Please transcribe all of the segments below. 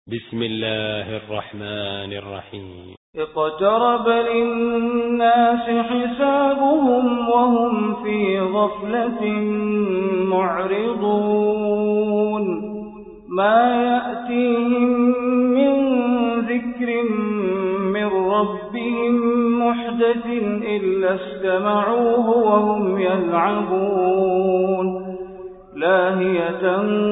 بسم الله الرحمن الرحيم اقترب للناس حسابهم وهم في غفلة معرضون ما يأتيهم من ذكر من ربهم محدث إلا استمعوه وهم يلعبون لاهية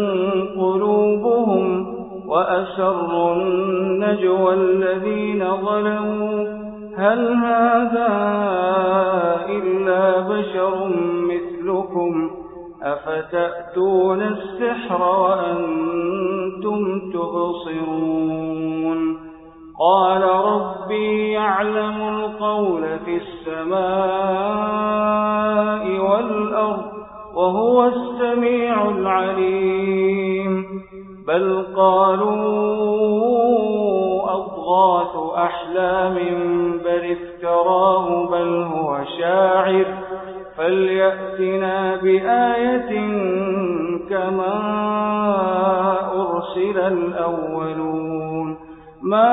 قلوبهم وأسروا النجوى الذين ظلموا هل هذا إلا بشر مثلكم أفتأتون السحر وأنتم تبصرون قال ربي يعلم القول في السماء والأرض وهو السميع العليم بل قالوا أضغاث أحلام بل افتراه بل هو شاعر فليأتنا بآية كما أرسل الأولون ما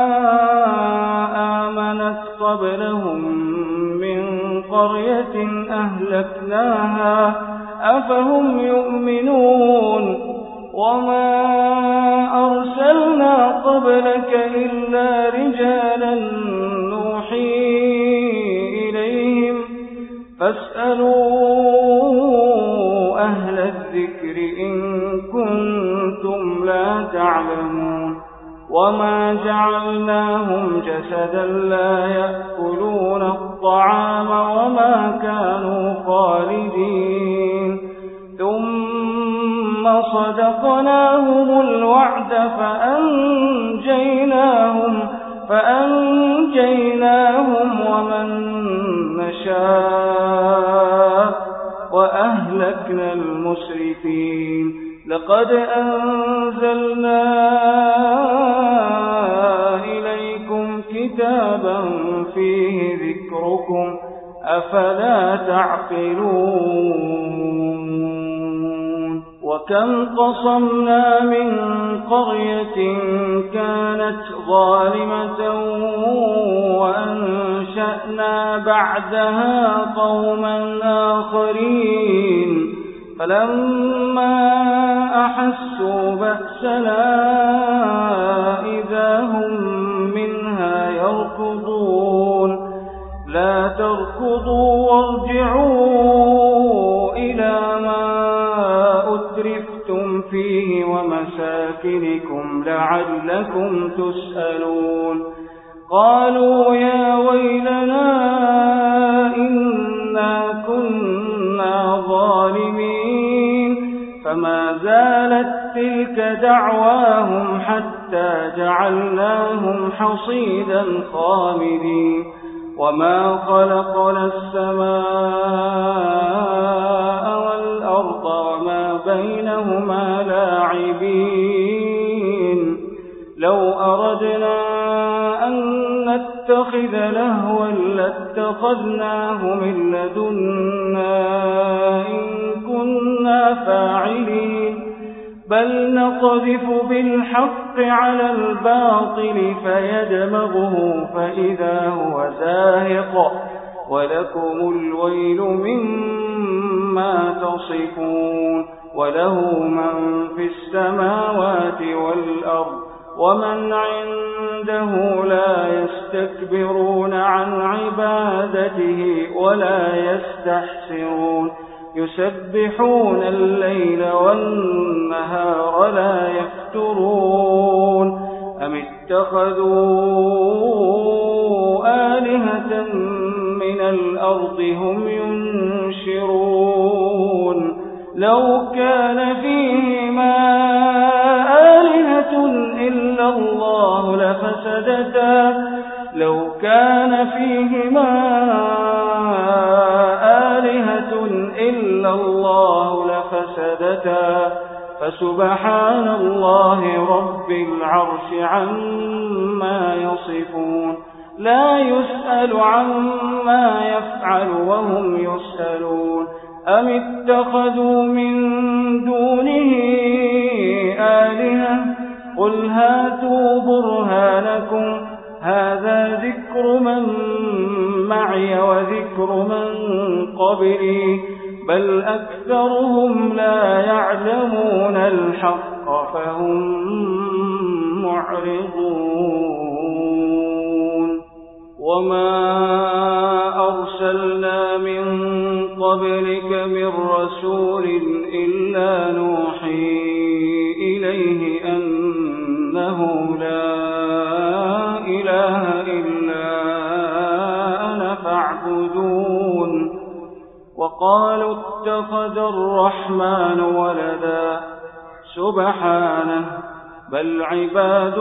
آمنت قبلهم من قرية أهلكناها أفهم يؤمنون وما أرسلنا قبلك إلا رجالا نوحي إليهم فاسألوا أهل الذكر إن كنتم لا تعلمون وما جعلناهم جسدا لا يأكلون الطعام وما كانوا خالدين ثم صدقناهم الوعد فأنجيناهم ومن نشاء وأهلكنا المسرفين لقد أنزلنا إليكم كتابا فيه ذكركم أفلا تعقلون وكم قصمنا من قرية كانت ظالمة وأنشأنا بعدها قوما آخرين فلما أحسوا بأسنا إذا هم منها يركضون لا تركضوا وارجعوا إلى ما أترفتم فيه ومساكنكم لعلكم تسألون قالوا يا ويلنا إنا كنا ظالمين فما زالت تلك دعواهم حتى جعلناهم حصيدا خامدين وما خلقنا السماء والأرض وما بينهما لاعبين لو أردنا أن نتخذ لهوا لاتخذناه من لدنا إن كنا فاعلين بل نقذف بالحق على الباطل فيدمغه فإذا هو زاهق ولكم الويل مما تصفون وله من في السماوات والأرض ومن عنده لا يستكبرون عن عبادته ولا يستحسرون يسبحون الليل والنهار لا يفترون أم اتخذوا آلهة من الأرض هم ينشرون لو كان فيهما آلهة إلا الله لفسدتا لو كان فيهما آلهة إلا الله لفسدتا فسبحان الله رب العرش عما يصفون لا يسأل عما يفعل وهم يسألون أم اتخذوا من دونه آلهة قل هاتوا برهانكم هذا ذكر من معي وذكر من قبلي بل أكثرهم لا يعلمون الحق فهم معرضون وما أرسلنا من قبلك من رسول إلا نوحي إليه أنه لا إله إلا أنا فاعبدون وقالوا اتخذ الرحمن ولدا سبحانه بل عباد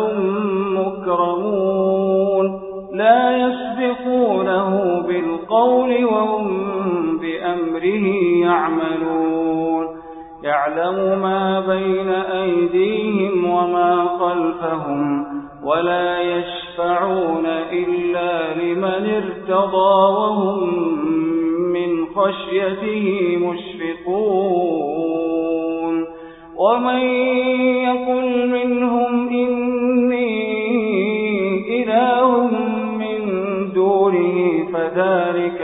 مكرمون لا يسبقونه بالقول وهم بأمره يعملون يعلم ما بين أيديهم وما خلفهم ولا يشفعون إلا لمن ارتضى وهم من خشيته مشفقون ومن يقل منهم إني إله من دونه فذلك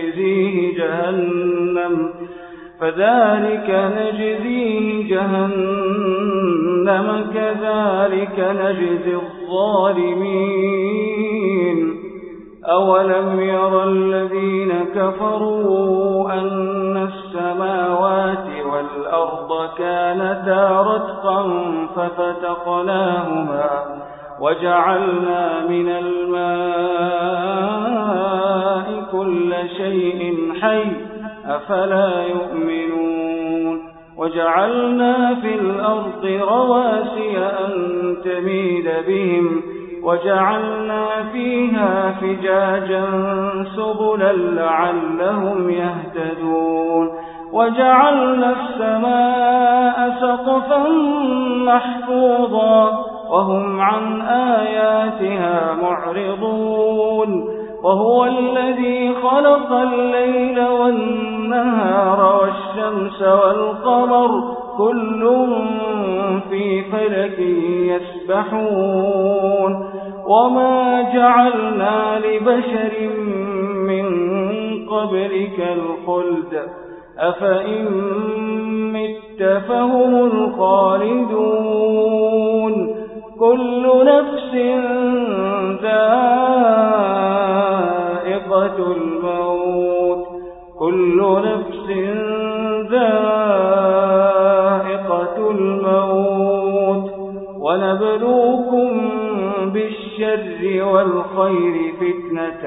نجزيه جهنم كذلك نجزي الظالمين أولم ير الذين كفروا أن السماوات والأرض كانتا رتقا ففتقناهما وجعلنا من الماء كل شيء حي أفلا يؤمنون وجعلنا في الأرض رواسي أن تميد بهم وجعلنا فيها فجاجا سبلا لعلهم يهتدون وجعلنا السماء سقفا محفوظا وهم عن آياتها معرضون وهو الذي خلق الليل والنهار والشمس والقمر كل في فلك يسبحون وما جعلنا لبشر من قبلك الخلد أفإن مت فهم الخالدون كل نفس ذائقة الموت ونبلوكم بالشر والخير فتنة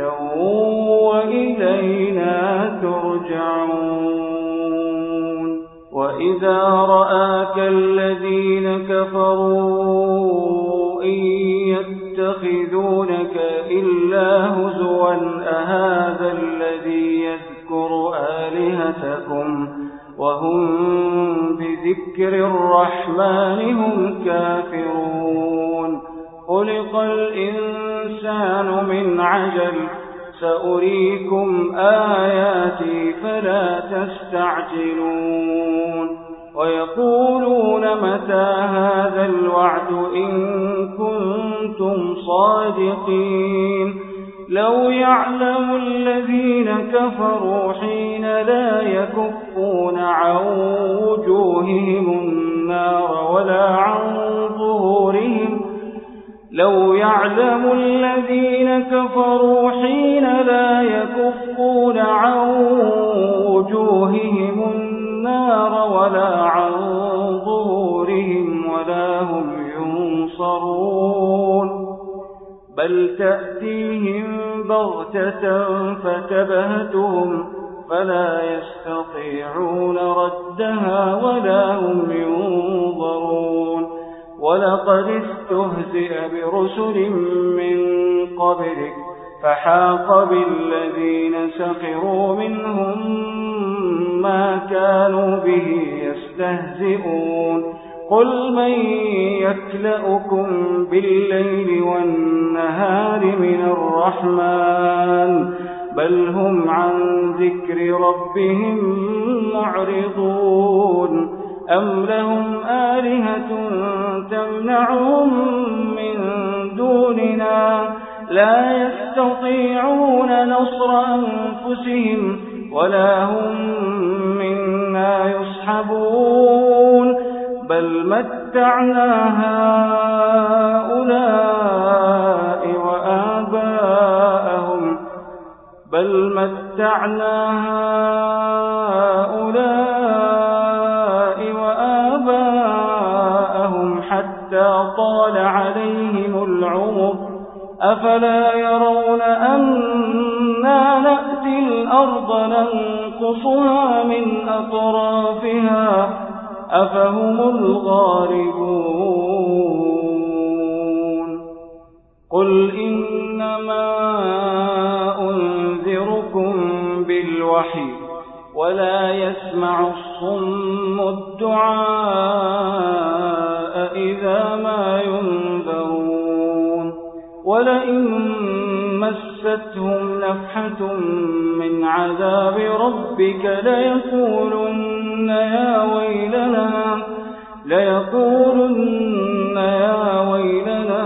وإلينا ترجعون وإذا رآك الذين كفروا إن يتخذونك إلا هزوا أهذا الذي يذكر آلهتكم وهم بذكر الرحمن هم كافرون خلق الإنسان من عجل سأريكم آياتي فلا تستعجلون ويقولون متى هذا الوعد إن كنتم صادقين لو يعلم الذين كفروا حين لا يكفون عن وجوههم النار ولا عن ظهورهم لو يعلم الذين كفروا حين لا يكفون عن وجوههم النار ولا عن ظهورهم ولا هم ينصرون بل تأتيهم بغتة فتبهتهم فلا يستطيعون ردها ولا هم ينظرون ولقد استهزئ برسل من قبلك فحاق بالذين سخروا منهم ما كانوا به يستهزئون قل من يكلؤكم بالليل والنهار من الرحمن بل هم عن ذكر ربهم معرضون أم لهم آلهة تمنعهم من دوننا لا يستطيعون نصر أنفسهم ولا هم منا يصحبون بل متعنا هؤلاء وآباءهم حتى طال عليهم العمر أفلا يرون أنا نأتي الأرض ننقصها من أطرافها أفهم الغالبون قل إنما أنذركم بالوحي ولا يسمع الصم الدعاء إذا ما ينذرون ولئن مستهم نفحة من عذاب ربك ليقولن يا ويلنا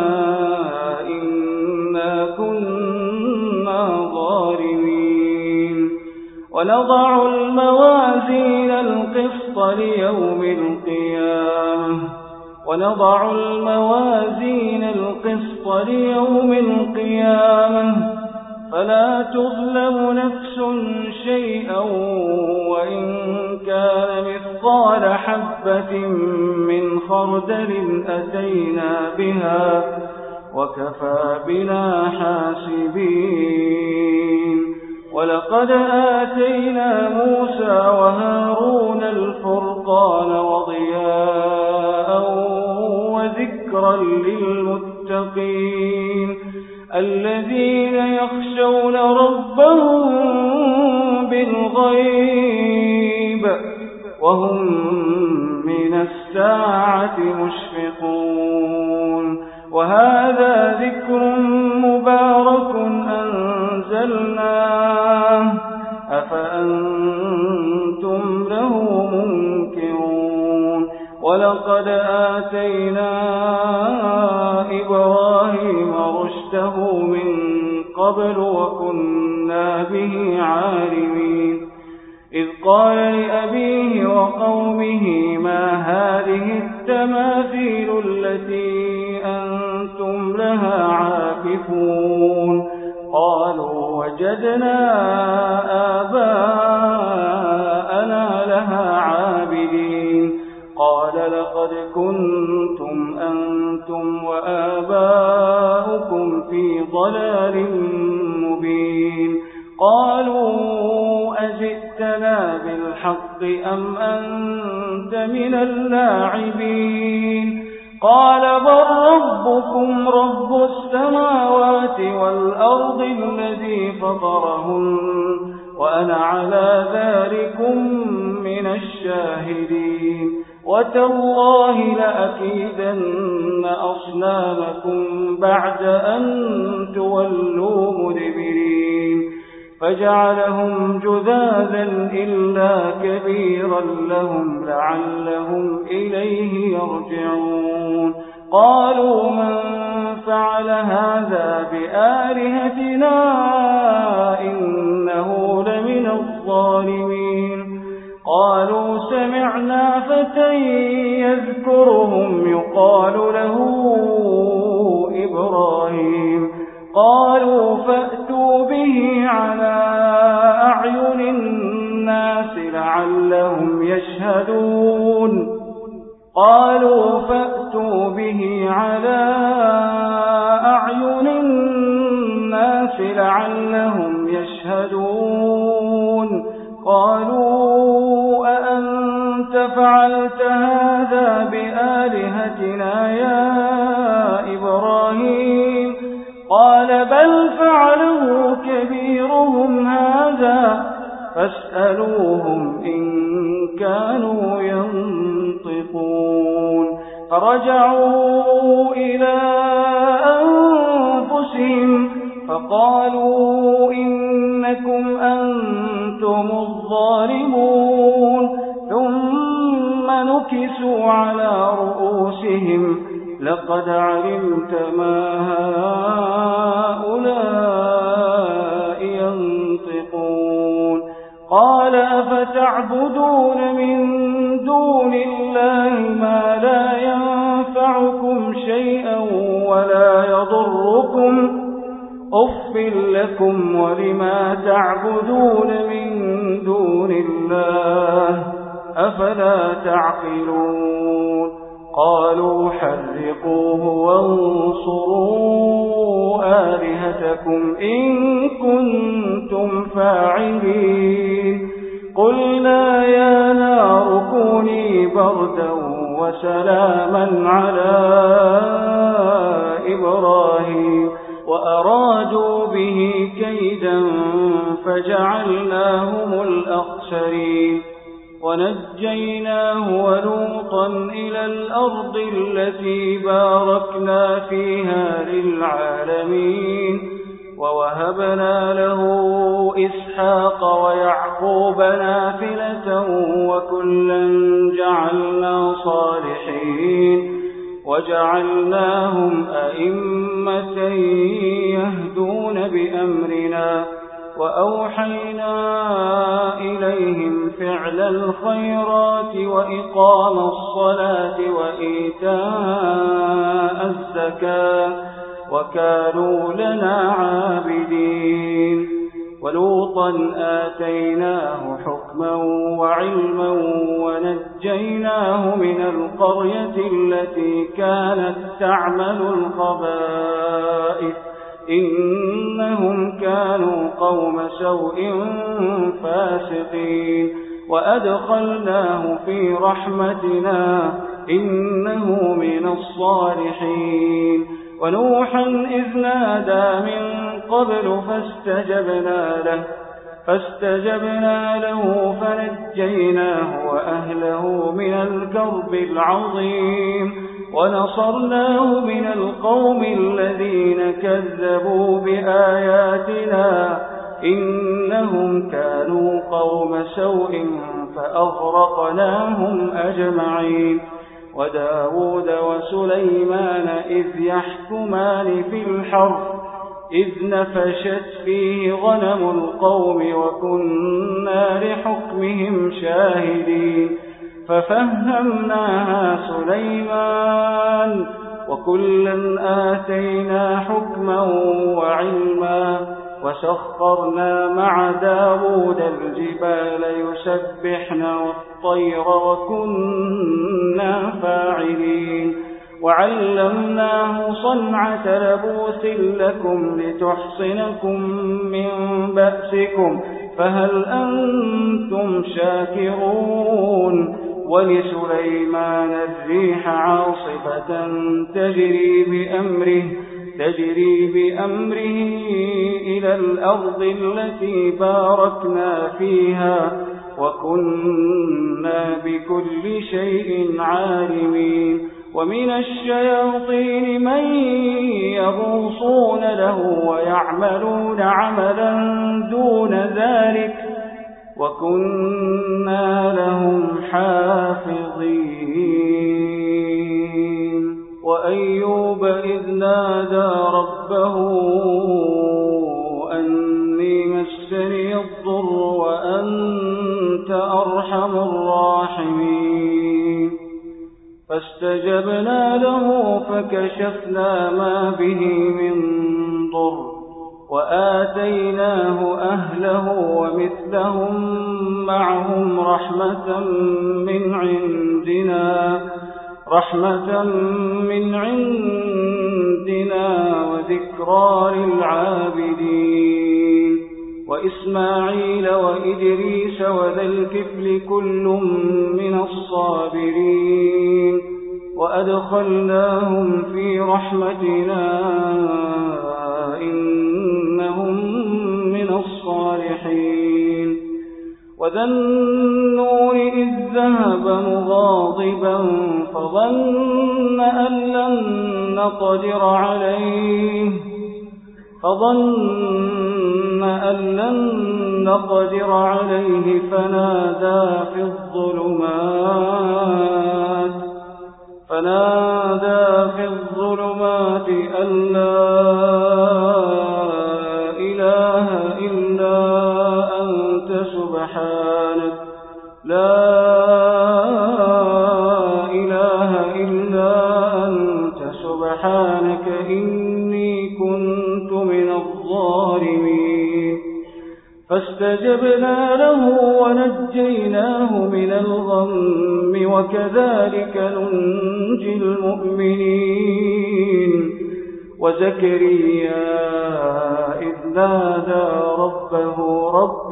إنا كنا ظالمين ونضع الموازين القسط ليوم القيامة فلا تظلم نفس شيئا وإن كان مثقال حبة من خردل أتينا بها وكفى بنا حاسبين ولقد آتينا موسى وهارون الفرقان وضياء وذكرا للمتقين الذين يخشون ربهم بالغيب وهم من الساعة مشفقون وهذا ذكر مبارك أنزلناه أفأنتم له منكرون ولقد آتينا إبراهيم رشده من قبل وكنا به عالمين إذ قال لأبيه وقومه ما هذه التماثيل التي أنتم لها عاكفون قالوا وجدنا آباءنا لها عابدين قال لقد كنتم أنتم وآباؤكم في ضلال مبين قالوا أجئتنا بالحق أم أنت من اللاعبين قال بل ربكم رب السماوات والأرض الذي فطرهن وأنا على ذلكم من الشاهدين وتالله لأكيدن أصنامكم بعد أن تولوا مدبرين فجعلهم جذاذا إلا كبيرا لهم لعلهم إليه يرجعون قالوا من فعل هذا بآلهتنا إنه لمن الظالمين قالوا سمعنا فتى يذكرهم يقال له إبراهيم قالوا فأتوا به على أعين الناس لعلهم يشهدون قالوا فأتوا به على أعين الناس لعلهم يشهدون قالوا أأنت فعلت هذا بآلهتنا يا إبراهيم قال بل فعله كبيرهم هذا فاسألوهم إن كانوا ينطقون فرجعوا إلى أنفسهم فقالوا إنكم أنتم الظالمون ثم علمت ما هؤلاء ينطقون قال أفتعبدون من دون الله ما لا ينفعكم شيئا ولا يضركم أف لكم ولما تعبدون من دون الله أفلا تعقلون قالوا حرقوه وانصروا آلهتكم إن كنتم فاعلين قلنا يا نار كوني بردا وسلاما على إبراهيم وأرادوا به كيدا فجعلناهم الأخسرين ونجيناه ولوطا إلى الأرض التي باركنا فيها للعالمين ووهبنا له إسحاق ويعقوب نافلة وكلا جعلنا صالحين وجعلناهم أئمة يهدون بأمرنا وأوحينا إليهم فعل الخيرات وإقام الصلاة وإيتاء الزكاة وكانوا لنا عابدين ولوطا آتيناه حكما وعلما ونجيناه من القرية التي كانت تعمل الخبائث إنهم كانوا قوم سوء فاسقين وأدخلناه في رحمتنا إنه من الصالحين ونوحا إذ نادى من قبل فاستجبنا له فنجيناه وأهله من الكرب العظيم ونصرناه من القوم الذين كذبوا بآياتنا إنهم كانوا قوم سوء فأغرقناهم أجمعين وداود وسليمان إذ يحكمان في الحرث إذ نفشت فيه غنم القوم وكنا لحكمهم شاهدين ففهمناها سليمان وكلا آتينا حكما وعلما وسخرنا مع داود الجبال يسبحن والطير وكنا فاعلين وعلمناه صنعة لبوس لكم لتحصنكم من بأسكم فهل أنتم شاكرون ولسليمان الريح عاصفة تجري بأمره إلى الأرض التي باركنا فيها وكنا بكل شيء عالمين ومن الشياطين من يغوصون له ويعملون عملا دون ذلك وكنا لهم حافظين وأيوب إذ نادى ربه أني مسني الضر وأنت أرحم الراحمين فاستجبنا له فكشفنا ما به من ضر وآتيناه أهله ومثلهم معهم رحمة من عندنا وذكرى للعابدين وإسماعيل وإدريس وذا الكفل كل من الصابرين وأدخلناهم في رحمتنا إنهم من الصالحين وذا النور إذ ذهب مغاضبا فظن أن لن نقدر عليه فنادى في الظلمات أن لا إله إلا أنت سبحانك لا إله إلا أنت سبحانك إني كنت من الظالمين فاستجبنا له ونجيناه من الغم وكذلك ننجي المؤمنين وزكريا إذ نادى ربه رب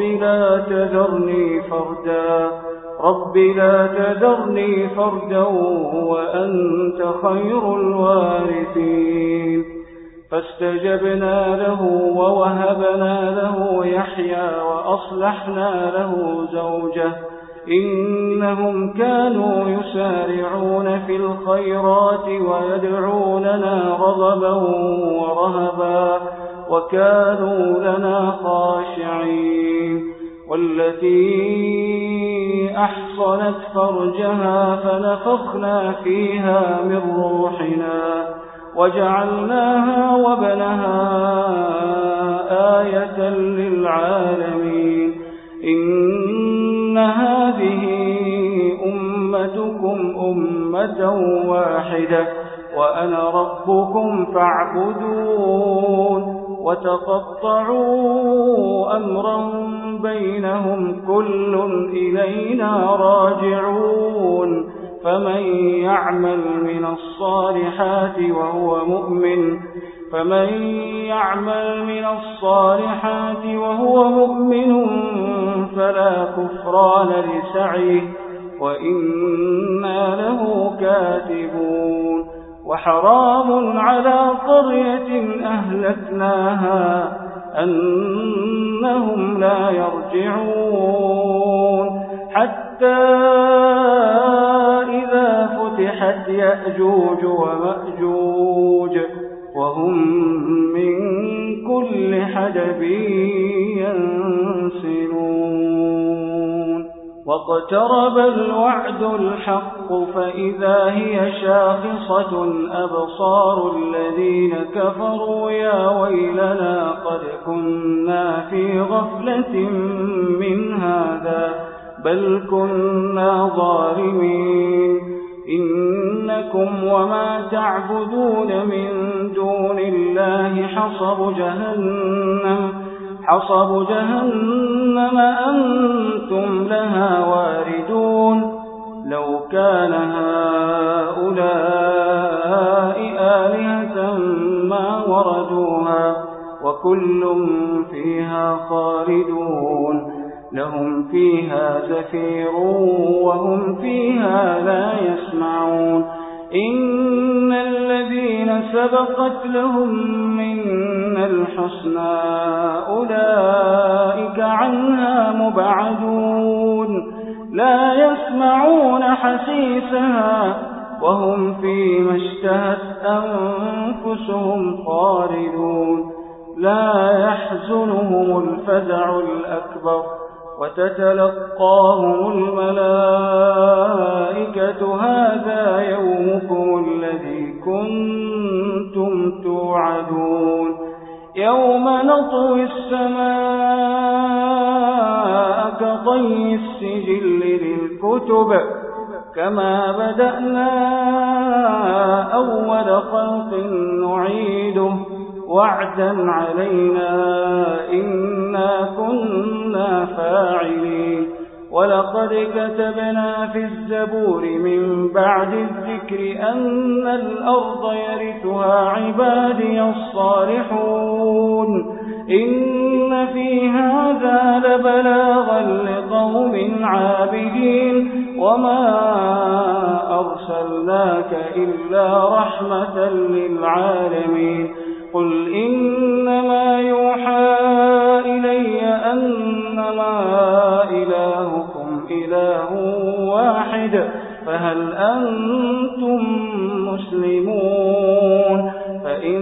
لا تذرني فردا وأنت خير الوارثين فاستجبنا له ووهبنا له يحيى وأصلحنا له زوجه إنهم كانوا يسارعون في الخيرات ويدعوننا رغبا ورهبا وكانوا لنا خاشعين والتي أحصنت فرجها فنفخنا فيها من روحنا وجعلناها وابنها آية للعالمين إن هذه أمتكم أمة واحدة وأنا ربكم فاعبدون وتقطعوا أمرهم بينهم كل إلينا راجعون فمن يعمل من الصالحات وهو مؤمن فلا كفران لسعيه وإنا له كاتبون وحرام على قرية أهلكناها أنهم لا يرجعون حتى إذا فتحت يأجوج ومأجوج وهم من كل حدب ينسلون واقترب الوعد الحق فإذا هي شاخصة أبصار الذين كفروا يا ويلنا قد كنا في غفلة من هذا بل كنا ظالمين إنكم وما تعبدون من دون الله حصب جهنم أنتم لها واردون لو كان هؤلاء آلهة ما وردوها وكل فيها خالدون لهم فيها زفير وهم فيها لا يسمعون إن الذين سبقت لهم منا الحسنى أولئك عنها مبعدون لا يسمعون حسيسها وهم فيما اشتهت أنفسهم خالدون لا يحزنهم الفزع الأكبر وتتلقاهم الملائكة هذا يومكم الذي كنتم توعدون يوم نطوي السماء كطي السجل للكتب كما بدأنا أول خلق نعيده وعدا علينا إنا كنا فاعلين ولقد كتبنا في الزبور من بعد الذكر أن الأرض يرثها عبادي الصالحون إن في هذا لبلاغا لقوم عابدين وما أرسلناك إلا رحمة للعالمين قل إنما يوحى إلي أنما إلهكم إله واحد فهل أنتم مسلمون فإن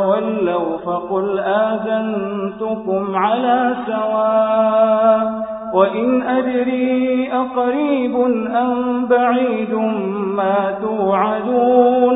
تولوا فقل آذنتكم على سواء وإن أدري أقريب أم بعيد ما توعدون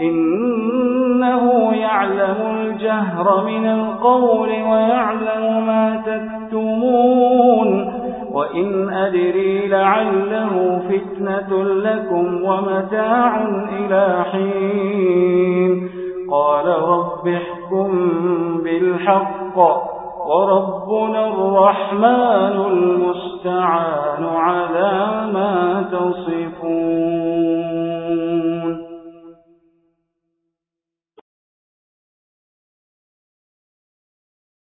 إنه يعلم الجهر من القول ويعلم ما تكتمون وإن أدري لعله فتنة لكم ومتاع إلى حين قال رب احكم بالحق وربنا الرحمن المستعان على ما تصفون